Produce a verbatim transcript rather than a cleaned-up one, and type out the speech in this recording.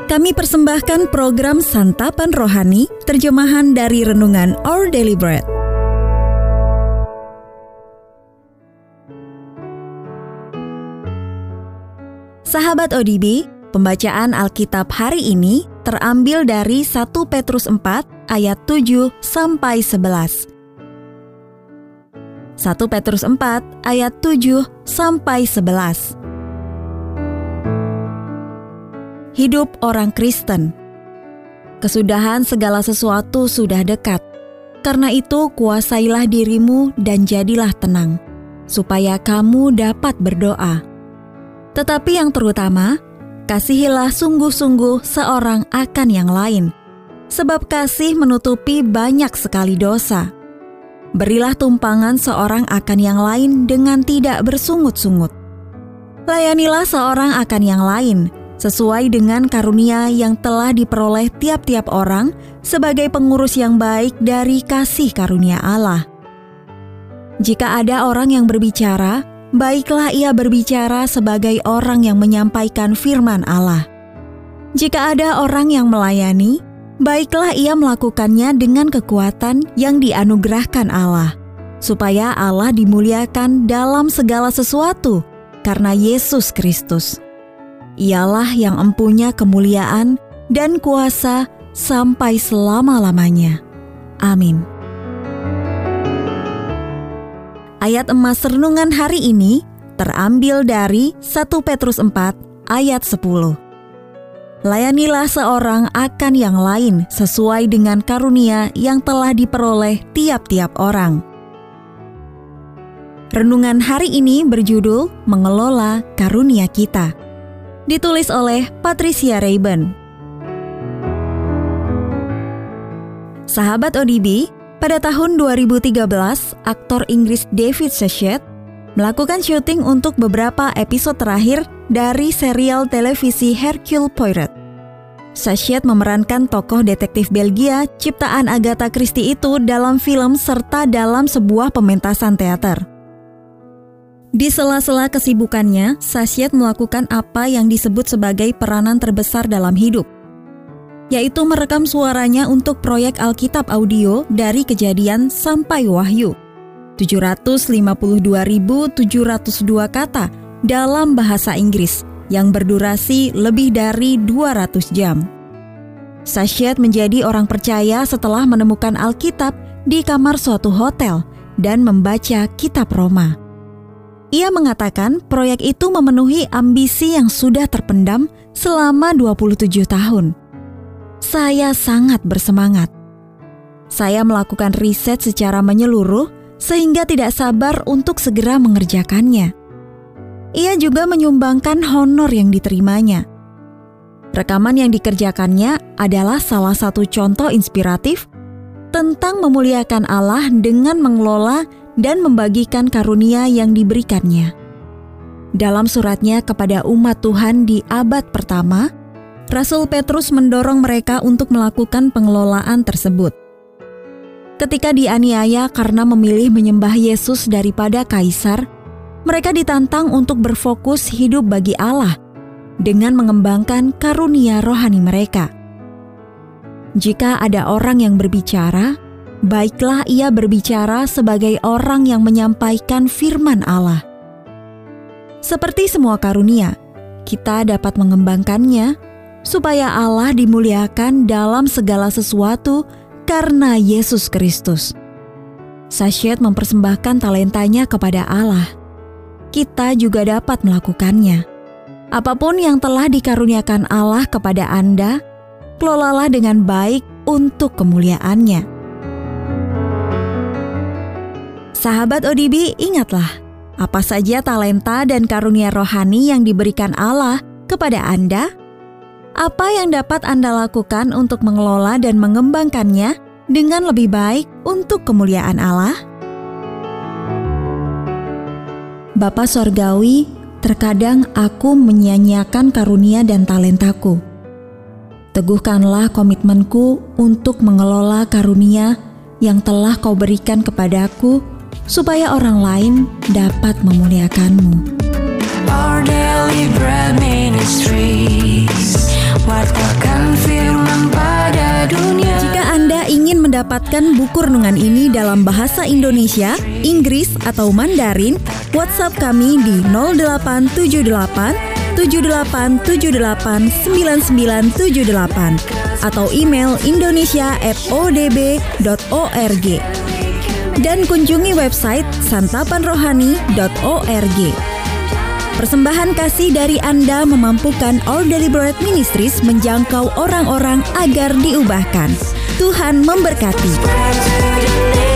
Kami persembahkan program Santapan Rohani, terjemahan dari Renungan Our Daily Bread. Sahabat O D B, pembacaan Alkitab hari ini terambil dari satu Petrus empat ayat tujuh sampai sebelas. satu Petrus empat ayat tujuh sampai sebelas. Hidup orang Kristen. Kesudahan segala sesuatu sudah dekat. Karena itu kuasailah dirimu dan jadilah tenang, supaya kamu dapat berdoa. Tetapi yang terutama, kasihilah sungguh-sungguh seorang akan yang lain, sebab kasih menutupi banyak sekali dosa. Berilah tumpangan seorang akan yang lain dengan tidak bersungut-sungut. Layanilah seorang akan yang lain, sesuai dengan karunia yang telah diperoleh tiap-tiap orang sebagai pengurus yang baik dari kasih karunia Allah. Jika ada orang yang berbicara, baiklah ia berbicara sebagai orang yang menyampaikan firman Allah. Jika ada orang yang melayani, baiklah ia melakukannya dengan kekuatan yang dianugerahkan Allah, supaya Allah dimuliakan dalam segala sesuatu karena Yesus Kristus. Ialah yang empunya kemuliaan dan kuasa sampai selama-lamanya. Amin. Ayat emas renungan hari ini terambil dari satu Petrus empat ayat sepuluh. Layanilah seorang akan yang lain sesuai dengan karunia yang telah diperoleh tiap-tiap orang. Renungan hari ini berjudul Mengelola Karunia Kita. Ditulis oleh Patricia Rayben. Sahabat O D B, pada tahun dua ribu tiga belas, aktor Inggris David Suchet melakukan syuting untuk beberapa episode terakhir dari serial televisi Hercule Poirot. Suchet memerankan tokoh detektif Belgia ciptaan Agatha Christie itu dalam film serta dalam sebuah pementasan teater. Di sela-sela kesibukannya, Suchet melakukan apa yang disebut sebagai peranan terbesar dalam hidup, yaitu merekam suaranya untuk proyek Alkitab audio dari Kejadian sampai Wahyu, tujuh ratus lima puluh dua ribu tujuh ratus dua kata dalam bahasa Inggris yang berdurasi lebih dari dua ratus jam. Suchet menjadi orang percaya setelah menemukan Alkitab di kamar suatu hotel dan membaca kitab Roma. Ia mengatakan proyek itu memenuhi ambisi yang sudah terpendam selama dua puluh tujuh tahun. Saya sangat bersemangat. Saya melakukan riset secara menyeluruh sehingga tidak sabar untuk segera mengerjakannya. Ia juga menyumbangkan honor yang diterimanya. Rekaman yang dikerjakannya adalah salah satu contoh inspiratif tentang memuliakan Allah dengan mengelola dan membagikan karunia yang diberikannya. Dalam suratnya kepada umat Tuhan di abad pertama, Rasul Petrus mendorong mereka untuk melakukan pengelolaan tersebut. Ketika dianiaya karena memilih menyembah Yesus daripada Kaisar, mereka ditantang untuk berfokus hidup bagi Allah dengan mengembangkan karunia rohani mereka. Jika ada orang yang berbicara, baiklah ia berbicara sebagai orang yang menyampaikan firman Allah. Seperti semua karunia, kita dapat mengembangkannya supaya Allah dimuliakan dalam segala sesuatu karena Yesus Kristus. Suchet mempersembahkan talentanya kepada Allah. Kita juga dapat melakukannya. Apapun yang telah dikaruniakan Allah kepada Anda, kelolalah dengan baik untuk kemuliaan-Nya. Sahabat O D B, ingatlah, apa saja talenta dan karunia rohani yang diberikan Allah kepada Anda? Apa yang dapat Anda lakukan untuk mengelola dan mengembangkannya dengan lebih baik untuk kemuliaan Allah? Bapa Sorgawi, terkadang aku menyia-nyiakan karunia dan talentaku. Teguhkanlah komitmenku untuk mengelola karunia yang telah Kau berikan kepadaku, supaya orang lain dapat memuliakan-Mu. Our Daily Bread Ministries, wartakan mendapatkan buku renungan ini dalam bahasa Indonesia, Inggris, atau Mandarin, WhatsApp kami di nol delapan tujuh delapan tujuh delapan tujuh delapan sembilan sembilan tujuh delapan atau email indonesia at o d b dot org dan kunjungi website santapan rohani dot org. Persembahan kasih dari Anda memampukan All Daily Bread Ministries menjangkau orang-orang agar diubahkan. Tuhan memberkati.